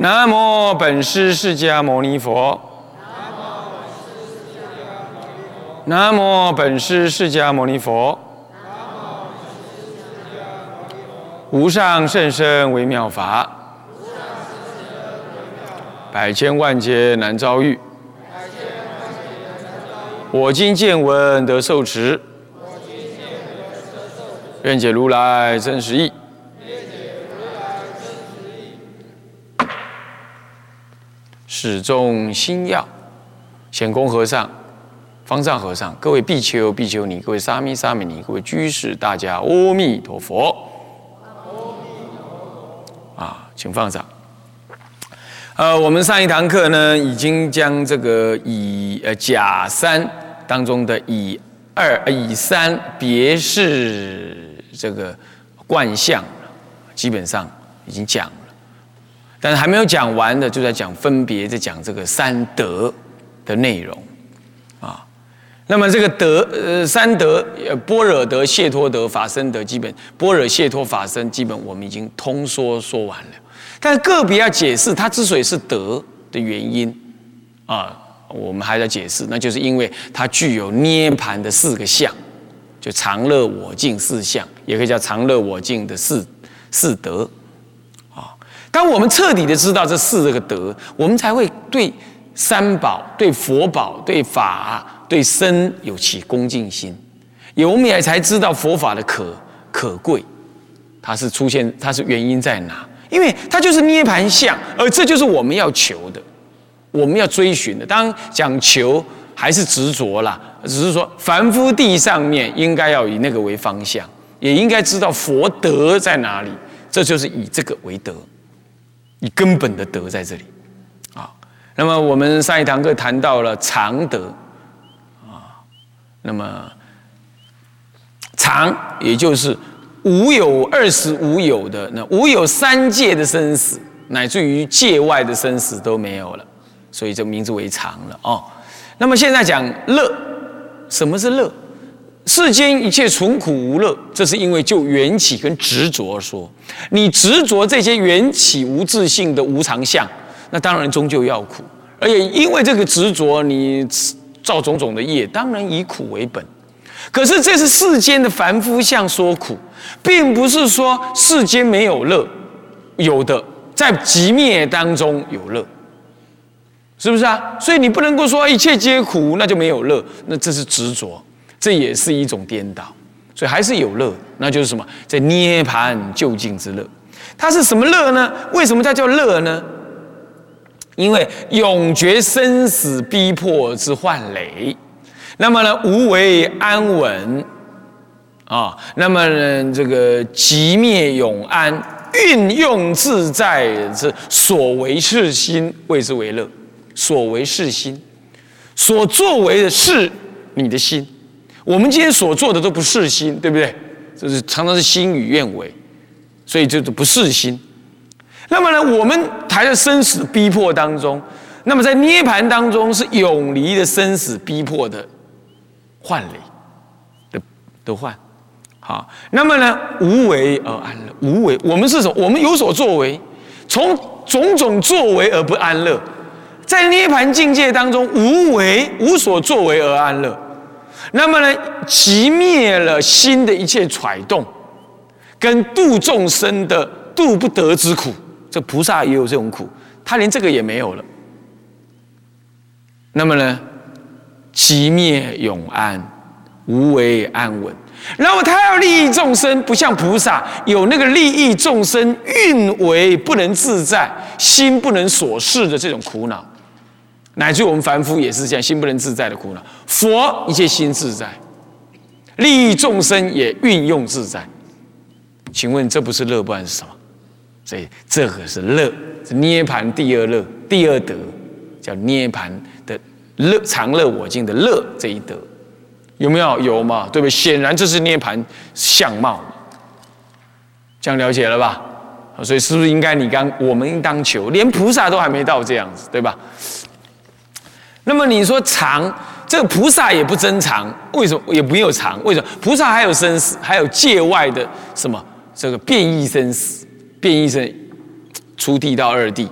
南无本师释迦牟尼佛。南无本师释迦牟尼佛。无上甚深微妙法，百千万劫难遭遇。我今见闻得受持，愿解如来真实义。始终心要，显公和尚、方丈和尚、各位比丘、比丘尼、各位沙弥、沙弥尼、各位居士，大家阿弥陀佛。请放掌。我们上一堂课呢，已经将这个甲三当中的乙三别是这个观相，基本上已经讲了，但是还没有讲完的，就在讲分别，在讲这个三德的内容啊。那么这个德三德，般若德、解脱德、法身德，基本般若、解脱、法身，基本我们已经通说完了。但个别要解释它之所以是德的原因啊，我们还在解释，那就是因为它具有涅槃的四个相，就常乐我净四相，也可以叫常乐我净的四德啊。当我们彻底的知道这四个德，我们才会对三宝、对佛宝、对法、对身有起恭敬心，我们也才知道佛法的可贵，它是原因在哪？因为它就是涅槃相，而这就是我们要求的，我们要追寻的。当然讲求还是执着啦，只是说凡夫地上面应该要以那个为方向，也应该知道佛德在哪里，这就是以这个为德，以根本的德在这里啊。那么我们上一堂课谈到了常德啊，那么常也就是无有二十无有的，那无有三界的生死，乃至于界外的生死都没有了，所以这名字为常了哦。那么现在讲乐，什么是乐？世间一切纯苦无乐，这是因为就缘起跟执着而说，你执着这些缘起无自性的无常相，那当然终究要苦，而且因为这个执着，你造种种的业，当然以苦为本。可是这是世间的凡夫相说苦，并不是说世间没有乐，有的在寂灭当中有乐，是不是啊？所以你不能够说一切皆苦，那就没有乐，那这是执着，这也是一种颠倒。所以还是有乐，那就是什么？在涅槃究竟之乐。它是什么乐呢？为什么它叫乐呢？因为永绝生死逼迫之患累。那么呢，无为安稳啊，那么呢，这个寂灭永安，运用自在之所为是心，谓之为乐。所为是心，所作为的是你的心。我们今天所做的都不是心，对不对？就是常常是心与愿违，所以这就不是心。那么呢，我们还在生死逼迫当中，那么在涅槃当中是永离的生死逼迫的患累的患，好，那么呢，无为而安乐。无为，我们是什么？我们有所作为，从种种作为而不安乐，在涅槃境界当中，无为无所作为而安乐。那么呢，熄灭了心的一切揣动，跟度众生的度不得之苦。这菩萨也有这种苦，他连这个也没有了。那么呢，寂灭永安，无为安稳。然后他要利益众生，不像菩萨有那个利益众生运为不能自在，心不能所事的这种苦恼，乃至我们凡夫也是这样，心不能自在的苦恼。佛一切心自在，利益众生也运用自在。请问这不是乐，不然是什么？所以这个是乐，是涅槃第二乐，第二德，叫涅槃的乐，常乐我净的乐这一德，有没有？有嘛？对不对？显然这是涅槃相貌，这样了解了吧？所以是不是应该我们应当求，连菩萨都还没到这样子，对吧？那么你说常，这个菩萨也不真常，为什么也没有常？为什么菩萨还有生死，还有界外的什么这个变异生死？变异生出地到二地，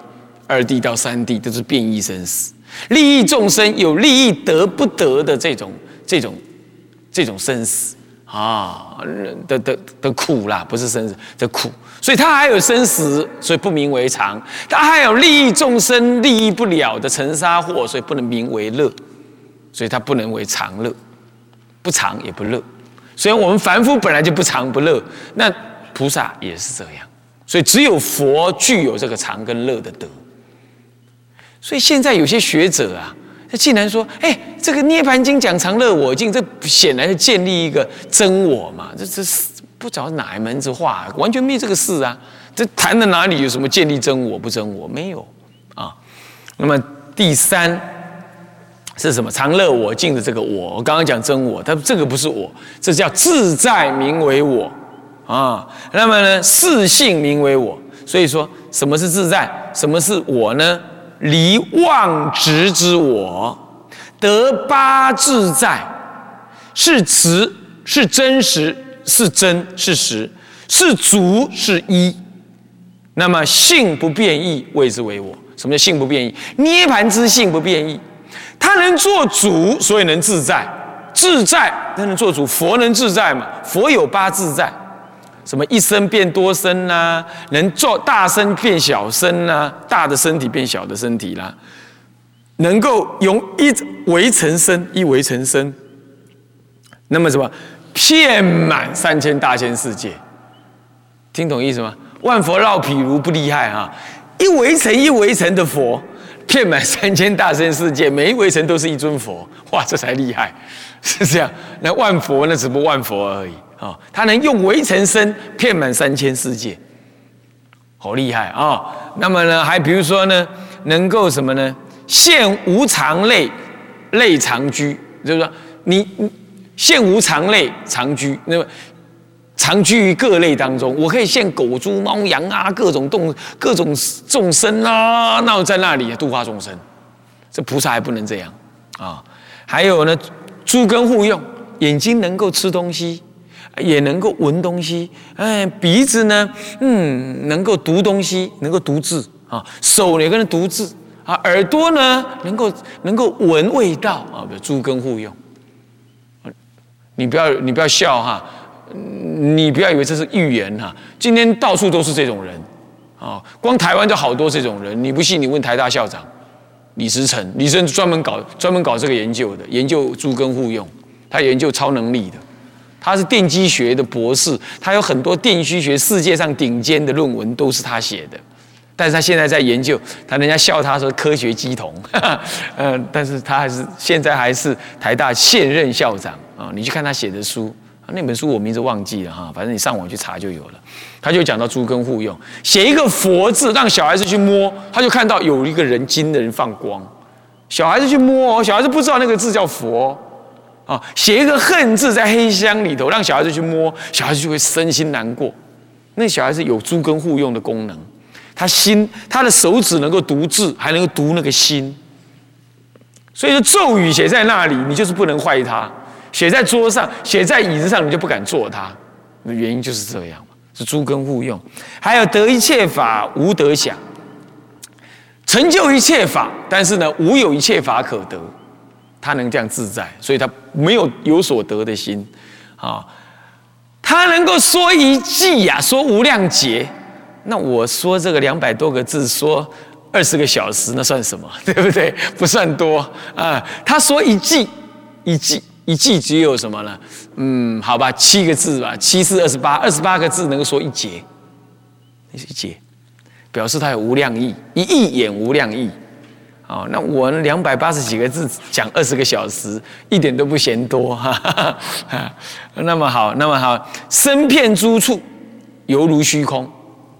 二谛到三谛都是变异生死，利益众生有利益得不得的这种生死啊的苦啦，不是生死的苦，所以它还有生死，所以不名为常；它还有利益众生利益不了的尘沙祸，所以不能名为乐，所以它不能为常乐，不常也不乐。虽然我们凡夫本来就不常不乐，那菩萨也是这样，所以只有佛具有这个常跟乐的德。所以现在有些学者啊，他竟然说：“这个《涅盘经》讲常乐我净，这显然是建立一个真我嘛？这不知道哪一门子话，完全没这个事啊！这谈的哪里有什么建立真我不真我？没有啊。那么第三是什么？常乐我净的这个我，我刚刚讲真我，但这个不是我，这叫自在名为我啊。那么呢，自性名为我。所以说，什么是自在？什么是我呢？离妄执之我，得八自在，是实，是真实，是真，是实，是足，是一。那么性不变异，谓之为我。什么叫性不变异？涅盘之性不变异。他能做主，所以能自在。自在，他能做主。佛能自在嘛？佛有八自在，什么一身变多身啦，能做大身变小身啦，大的身体变小的身体啦，能够用一为成身，一为成身。那么什么？遍满3000大千世界。听懂意思吗？万佛绕毗卢不厉害啊！一围城一围城的佛。遍满3000大千世界，每一围城都是一尊佛，哇，这才厉害，是这样。那万佛那只不过万佛而已啊，他能用围城身遍满3000世界，好厉害啊！那么呢，还比如说呢，能够什么呢？现无常类，类常居，就是说你现无常类常居，那么常居于各类当中，我可以现狗、猪、猫、羊啊，各种众生啊，那我在那里度化众生，这菩萨还不能这样啊。还有呢，诸根互用，眼睛能够吃东西，也能够闻东西，鼻子呢，能够读东西，能够读字啊，手也能读字啊，耳朵呢，能够闻味道啊，诸根互用。你不要笑哈。你不要以为这是预言哈，今天到处都是这种人啊，光台湾就好多这种人。你不信，你问台大校长李时成，李时成专门搞这个研究的，研究诸根互用，他研究超能力的，他是电机学的博士，他有很多电机学世界上顶尖的论文都是他写的。但是他现在在研究，人家笑他说科学乩童，但是他现在还是台大现任校长啊。你去看他写的书。那本书我名字忘记了哈，反正你上网去查就有了。他就讲到诸根互用，写一个佛字，让小孩子去摸，他就看到有一个人金的人放光。小孩子去摸，小孩子不知道那个字叫佛啊。写一个恨字在黑箱里头，让小孩子去摸，小孩子就会身心难过。那小孩子有诸根互用的功能，他的手指能够读字，还能够读那个心。所以说咒语写在那里，你就是不能坏它。写在桌上，写在椅子上，你就不敢坐它，原因就是这样嘛，是诸根互用。还有得一切法无得想，成就一切法，但是呢，无有一切法可得，他能这样自在，所以他没有所得的心啊。他能够说一偈呀，说无量劫。那我说这个200多个字，说20个小时，那算什么？对不对？不算多啊。他说一偈，一偈只有什么呢？好吧，7个字吧，7、4、28个字能够说一劫，一劫，表示它有无量义，一义演无量义。哦，那我280几个字讲20个小时，一点都不嫌多哈。那么好，身遍诸处，犹如虚空。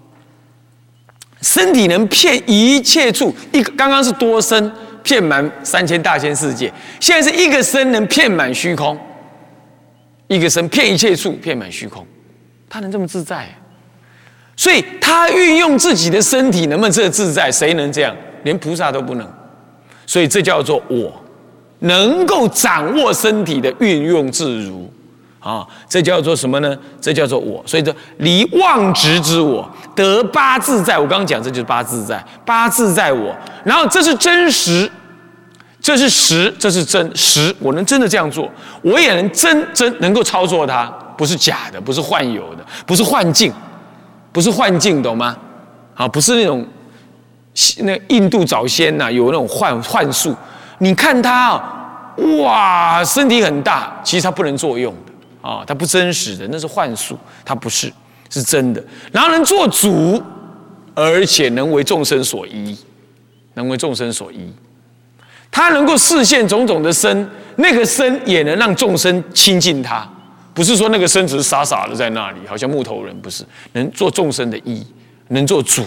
身体能遍一切处，刚刚是多身。遍满3000大千世界，现在是一个身能遍满虚空，一个身遍一切处，遍满虚空，他能这么自在，所以他运用自己的身体能不能这自在？谁能这样？连菩萨都不能，所以这叫做我能够掌握身体的运用自如， 这叫做什么呢？这叫做我。所以这离妄执之我，得八自在。我刚刚讲这就是八自在，八自在我。然后这是真实，这是实，这是真实。我能真的这样做，我也能真能够操作它，不是假的，不是幻有的，不是幻境，不是幻境，懂吗？不是那种那印度早先有那种幻术，你看他哇，身体很大，其实他不能作用的。它不真实的，那是幻术，它不是，是真的。然后能做主，而且能为众生所依，能为众生所依。他能够示现种种的身，那个身也能让众生亲近他，不是说那个身只是傻傻的在那里，好像木头人，不是，能做众生的依，能做主。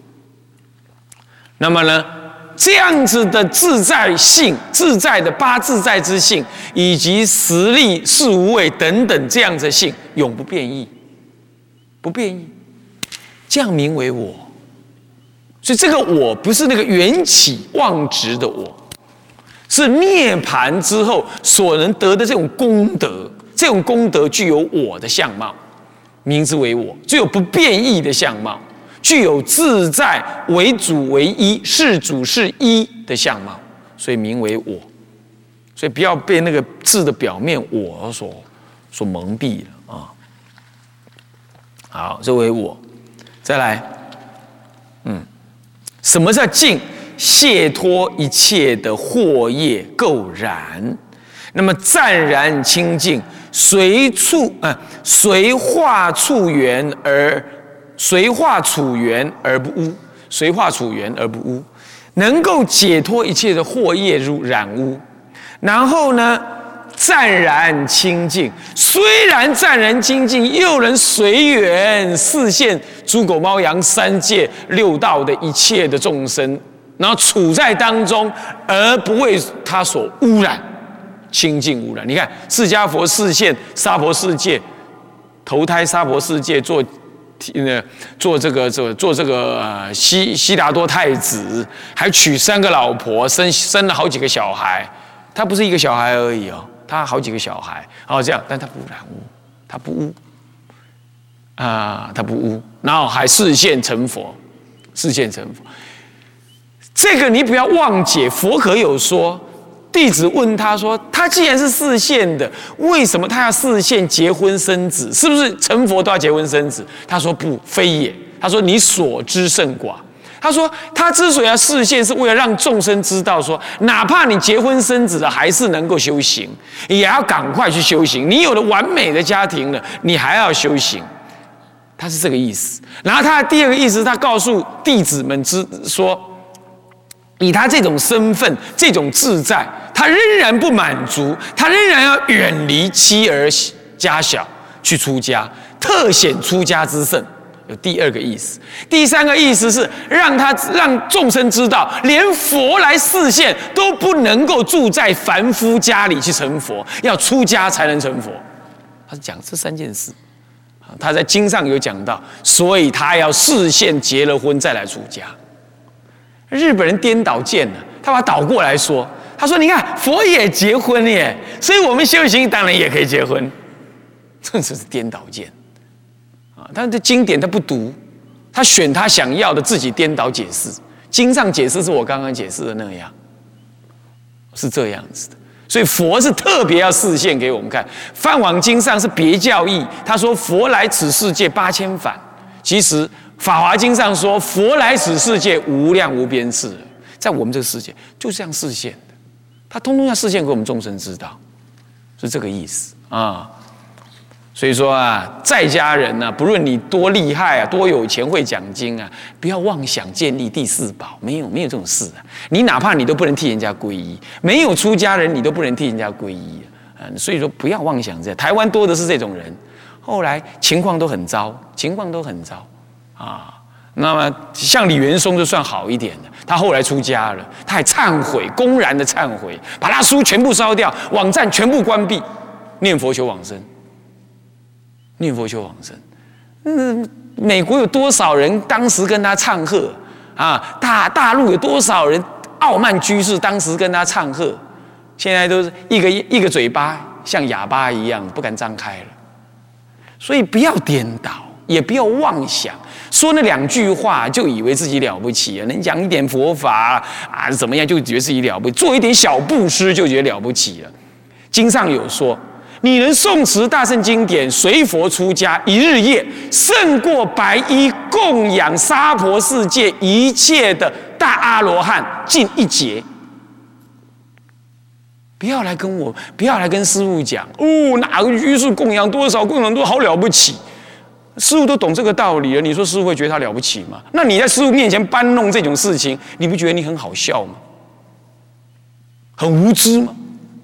那么呢？这样子的自在性、自在的八自在之性，以及实力、事无畏等等这样子的性，永不变异，不变异，这样名为我。所以这个我不是那个缘起妄执的我，是涅槃之后所能得的这种功德，这种功德具有我的相貌，名之为我，具有不变异的相貌。具有自在为主为一，是主是一的相貌，所以名为我。所以不要被那个字的表面我所蒙蔽了好，这为我。再来，什么叫净？解脱一切的惑业垢染，那么湛然清净，随化处缘而不污，随化处缘而不污，能够解脱一切的惑业染污。然后呢，湛然清净，虽然湛然清净，又能随缘示现诸狗猫羊三界六道的一切的众生，然后处在当中，而不为他所污染，清净污染。你看，释迦佛示现娑婆世界，投胎娑婆世界做这个悉达多太子，还娶3个老婆，生了好几个小孩。他不是一个小孩而已他好几个小孩这样，但他不染污，他不污他不污，然后还示现成佛，示现成佛。这个你不要忘解，佛可有说。弟子问他说：“他既然是示现的，为什么他要示现结婚生子？是不是成佛都要结婚生子？”他说：“不，非也。”他说：“你所知甚寡。”他说：“他之所以要示现，是为了让众生知道说，哪怕你结婚生子了，还是能够修行，也要赶快去修行。你有了完美的家庭了，你还要修行。”他是这个意思。然后他的第二个意思，他告诉弟子们说，以他这种身份、这种自在，他仍然不满足，他仍然要远离妻儿家小去出家，特显出家之甚。有第二个意思。第三个意思是让众生知道，连佛来示现都不能够住在凡夫家里去成佛，要出家才能成佛。他是讲这3件事。他在经上有讲到，所以他要示现结了婚再来出家。日本人颠倒见了，他把它倒过来说，他说：“你看，佛也结婚耶，所以我们修行当然也可以结婚。”这是颠倒见但是经典他不读，他选他想要的自己颠倒解释。经上解释是我刚刚解释的那样，是这样子的。所以佛是特别要示现给我们看。梵网经上是别教义，他说佛来此世界8000返，其实法华经上说佛来此世界无量无边次，在我们这个世界就是这样示现的，他通通要示现给我们众生知道，是这个意思所以说在家人不论你多厉害多有钱会讲经不要妄想建立第4宝，没有这种事你哪怕你都不能替人家皈依，没有出家人你都不能替人家皈依所以说不要妄想这样。台湾多的是这种人，后来情况都很糟那么像李元松就算好一点的，他后来出家了，他还忏悔，公然的忏悔，把他书全部烧掉，网站全部关闭，念佛求往生。美国有多少人当时跟他唱和大陆有多少人傲慢居士当时跟他唱和，现在都是一个嘴巴像哑巴一样不敢张开了。所以不要颠倒，也不要妄想，说那2句话就以为自己了不起了，能讲一点佛法啊怎么样就觉得自己了不起，做一点小布施就觉得了不起了。经上有说，你能诵持大乘经典，随佛出家一日夜，胜过白衣供养娑婆世界一切的大阿罗汉尽一劫。不要来跟师父讲哦，哪个居士供养多少，好了不起。师父都懂这个道理了，你说师父会觉得他了不起吗？那你在师父面前搬弄这种事情，你不觉得你很好笑吗？很无知吗？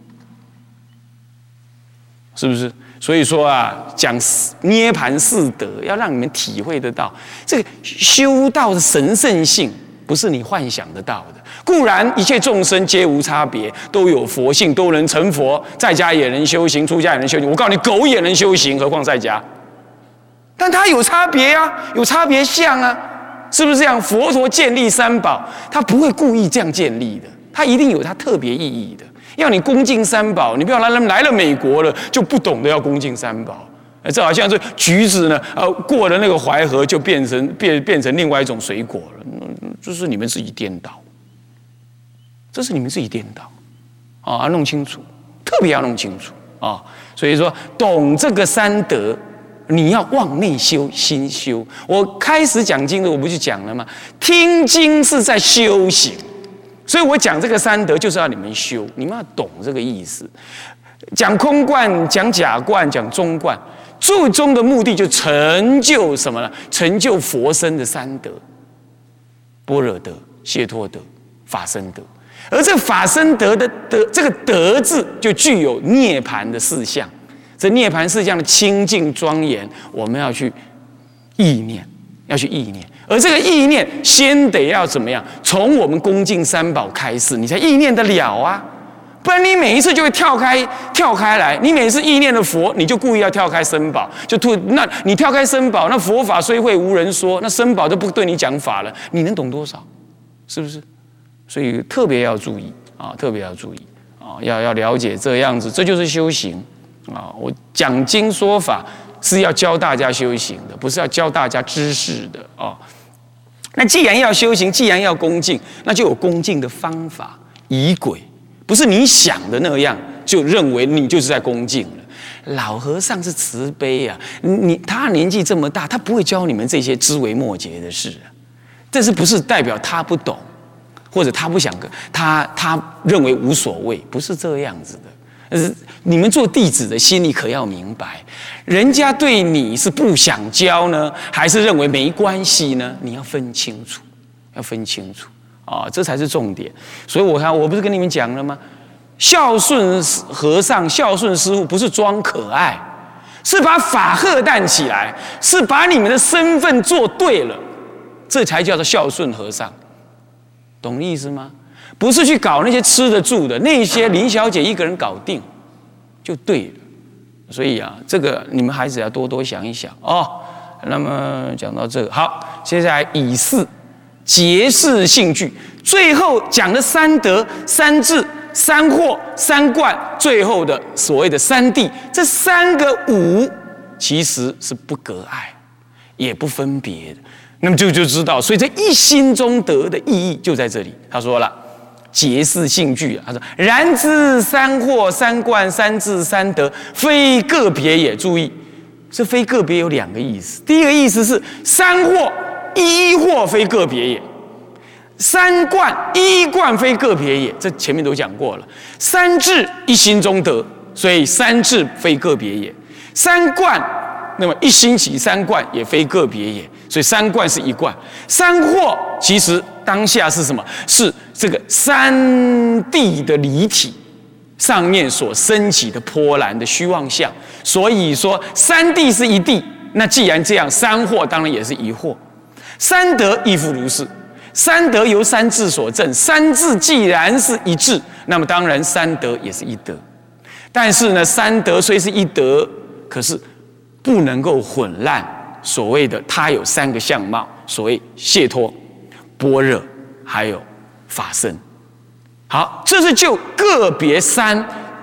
是不是？所以说啊，讲涅槃四德，要让你们体会得到这个修道的神圣性，不是你幻想得到的。固然一切众生皆无差别，都有佛性，都能成佛，在家也能修行，出家也能修行。我告诉你，狗也能修行，何况在家？但它有差别啊，有差别相啊，是不是这样？佛陀建立三宝，他不会故意这样建立的，他一定有他特别意义的。要你恭敬三宝，你不要来了美国了就不懂得要恭敬三宝。这好像是橘子呢，过了那个淮河就变成另外一种水果了，这是你们自己颠倒。这是你们自己颠倒啊！弄清楚，特别要弄清楚啊！所以说，懂这个三德，你要往内修，心修。我开始讲经的，我不就讲了吗？听经是在修行，所以我讲这个三德，就是要你们修，你们要懂这个意思。讲空观，讲假观，讲中观，最终的目的就成就什么呢？成就佛身的三德：般若德、解脱德、法身德。而这法身德的这个德字，就具有涅槃的四项。这涅槃四项的清净庄严，我们要去意念，要去意念。而这个意念，先得要怎么样？从我们恭敬三宝开始，你才意念得了啊！不然你每一次就会跳开来。你每次意念的佛，你就故意要跳开僧宝，那你跳开僧宝，那佛法虽会无人说，那僧宝都不对你讲法了，你能懂多少？是不是？所以特别要注意啊，特别要注意啊，要了解这样子，这就是修行啊。我讲经说法是要教大家修行的，不是要教大家知识的啊。那既然要修行，既然要恭敬，那就有恭敬的方法仪轨，不是你想的那样就认为你就是在恭敬了。老和尚是慈悲啊，他年纪这么大，他不会教你们这些枝微末节的事啊。这是不是代表他不懂？或者他不想他认为无所谓，不是这样子的。你们做弟子的心里可要明白，人家对你是不想教呢，还是认为没关系呢？你要分清楚，要分清楚啊，这才是重点。所以我不是跟你们讲了吗？孝顺和尚、孝顺师父，不是装可爱，是把法荷担起来，是把你们的身份做对了，这才叫做孝顺和尚。懂意思吗？不是去搞那些吃的住的，那些林小姐一个人搞定就对了。所以啊，这个你们孩子要多多想一想哦。那么讲到这个，好，接下来以四结事性具，最后讲的三德、三智、三惑、三观，最后的所谓的三谛，这三个五其实是不隔碍，也不分别的。那么就知道，所以这一心中得的意义就在这里。他说了，结事性具，他说：“然知三惑、三观、三智、三德，非个别也。”注意，这非个别有两个意思。第一个意思是三惑一惑非个别也，三观一观非个别也。这前面都讲过了。三智一心中得，所以三智非个别也。三观，那么一心起三观也非个别也。所以三观是一观，三惑其实当下是什么？是这个三谛的离体上面所升起的波澜的虚妄相。所以说三谛是一谛，那既然这样，三惑当然也是一惑。三德亦复如是，三德由三智所证，三智既然是一智，那么当然三德也是一德。但是呢，三德虽是一德，可是不能够混乱。所谓的它有三个相貌，所谓解脱、般若，还有法身。好，这是就个别三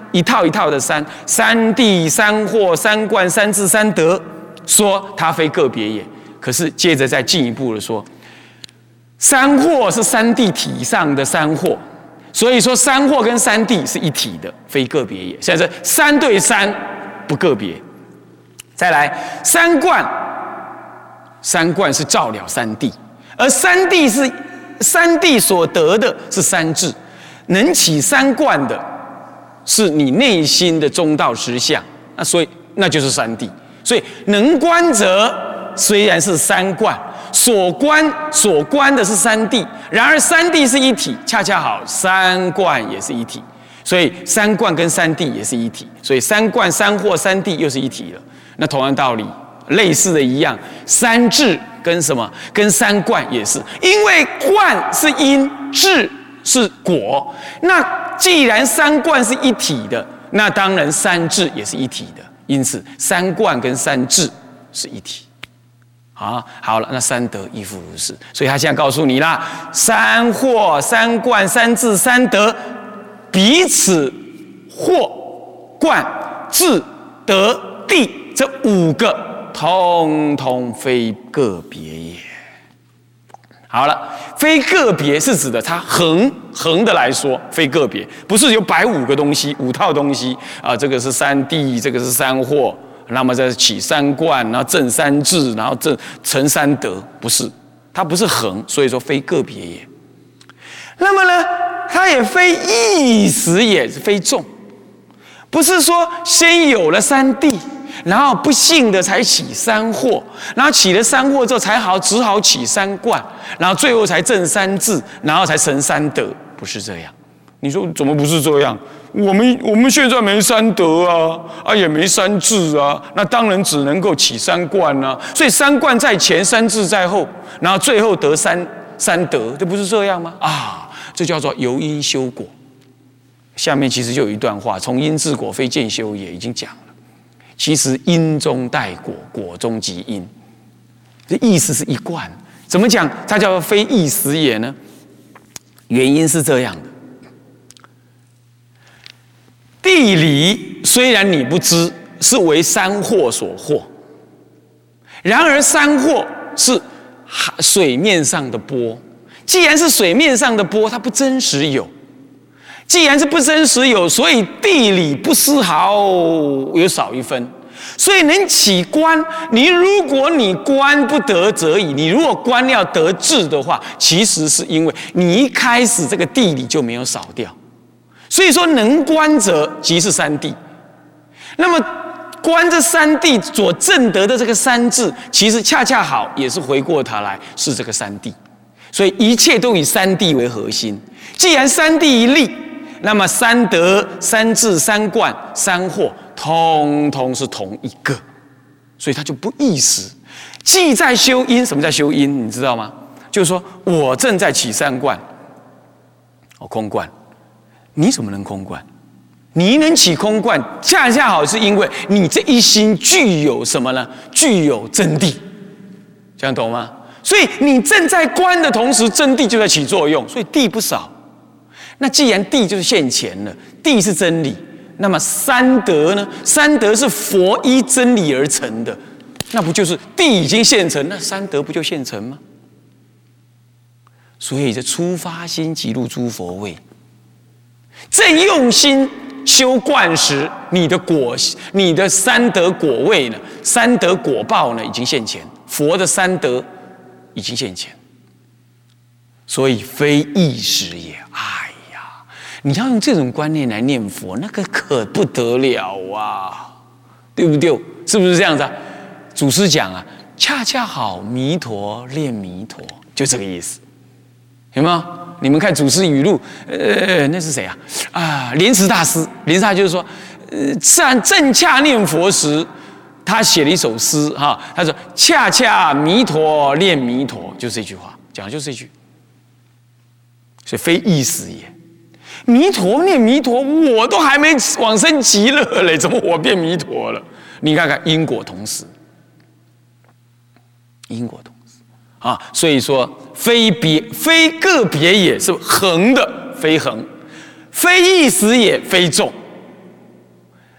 一套一套的三，三谛、三惑、三观、三智、三德，说它非个别也。可是接着再进一步的说，三惑是三谛体上的三惑，所以说三惑跟三谛是一体的，非个别也。现在是三对三，不个别。再来三观，三观是照了三谛，而三谛所得的是三智，能起三观的是你内心的中道实相，所以那就是三谛。所以能观者虽然是三观，所观的是三谛，然而三谛是一体，恰恰好三观也是一体，所以三观跟三谛也是一体，所以三观、三惑、三谛又是一体了。那同样道理，类似的一样，三智跟什么？跟三观也是，因为观是因，智是果。那既然三观是一体的，那当然三智也是一体的。因此，三观跟三智是一体。好了，那三德亦复如是。所以他现在告诉你啦，三惑、三观、三智、三德，彼此惑、观、智、德、谛这五个，通通非个别也。好了，非个别是指的它横的来说，非个别，不是有摆五个东西、五套东西啊，这个是三谛，这个是三惑，那么再起三观，然后正三智，然后成三德，不是，它不是横，所以说非个别也。那么呢，它也非异实也，非众，不是说先有了三谛，然后不幸的才起三惑，然后起了三惑之后只好起三观，然后最后才正三智，然后才成三德，不是这样。你说怎么不是这样？我们现在没三德啊，也没三智啊，那当然只能够起三观啊。所以三观在前，三智在后，然后最后得三德，这不是这样吗？这叫做由因修果。下面其实就有一段话，从因至果，非见修也，已经讲了。其实因中带果，果中即因，这意思是一贯。怎么讲？它叫非异实也呢？原因是这样的：地理虽然你不知，是为三惑所惑，然而三惑是水面上的波。既然是水面上的波，它不真实有。既然是不真实有，所以地理不丝毫有少一分。所以能起观，如果你观不得则已，你如果观要得智的话，其实是因为你一开始这个地理就没有少掉。所以说能观者即是三谛。那么观这三谛所证得的这个三智，其实恰恰好也是回过头来是这个三谛。所以一切都以三谛为核心。既然三谛一立，那么三德、三智、三观、三惑，通通是同一个，所以它就不异实。既在修因，什么叫修因？你知道吗？就是说我正在起三观，空观，你怎么能空观？你能起空观，恰恰好是因为你这一心具有什么呢？具有真谛，这样懂吗？所以你正在观的同时，真谛就在起作用，所以谛不少。那既然谛就是现前了，谛是真理，那么三德呢？三德是佛依真理而成的，那不就是谛已经现成，那三德不就现成吗？所以这初发心即入诸佛位，正用心修观时，你的三德果位呢，三德果报呢已经现前，佛的三德已经现前，所以非异实也。你要用这种观念来念佛，那个可不得了啊，对不对？是不是这样子啊？祖师讲啊，恰恰好弥陀念弥陀，就这个意思，有没有？你们看祖师语录，那是谁啊？莲池大师，莲池大师就是说，正恰念佛时，他写了一首诗哈，他说：“恰恰弥陀念弥陀”，就这句话，讲的就是这句，所以非异实也。弥陀念弥陀，我都还没往生极乐嘞，怎么我变弥陀了？你看看因果同时，因果同时啊，所以说非个别也，是横的非横，非异实也非众，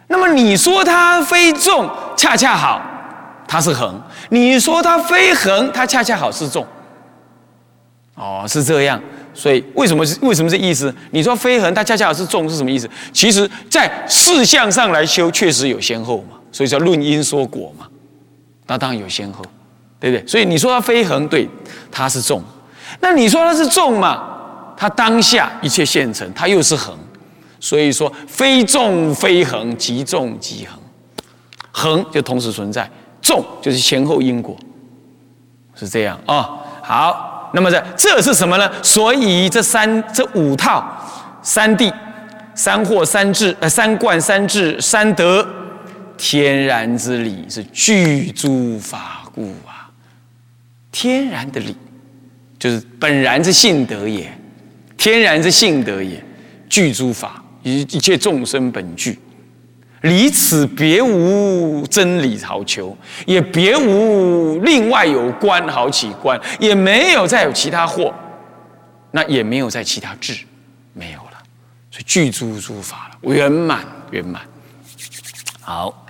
那么你说它非纵，恰恰好它是横；你说它非横，它恰恰好是纵。哦，是这样。所以为什么这意思？你说非横，它恰恰好是纵是什么意思？其实在事项上来修，确实有先后嘛，所以叫论因说果嘛，那当然有先后，对不对？所以你说它非横，对，它是纵。那你说它是纵嘛？它当下一切现成，它又是横，所以说非纵非横，即纵即横。横就同时存在，纵就是前后因果，是这样啊、哦。好。那么这是什么呢？所以这五套三谛、三惑、三智、三观、三智、三德，天然之理是具诸法故啊。天然的理就是本然之性德也，天然之性德也，具诸法，一切众生本具。离此别无真理好求，也别无另外有观好起观，也没有再有其他惑，那也没有再其他智，没有了，所以具诸法了，圆满圆满。好。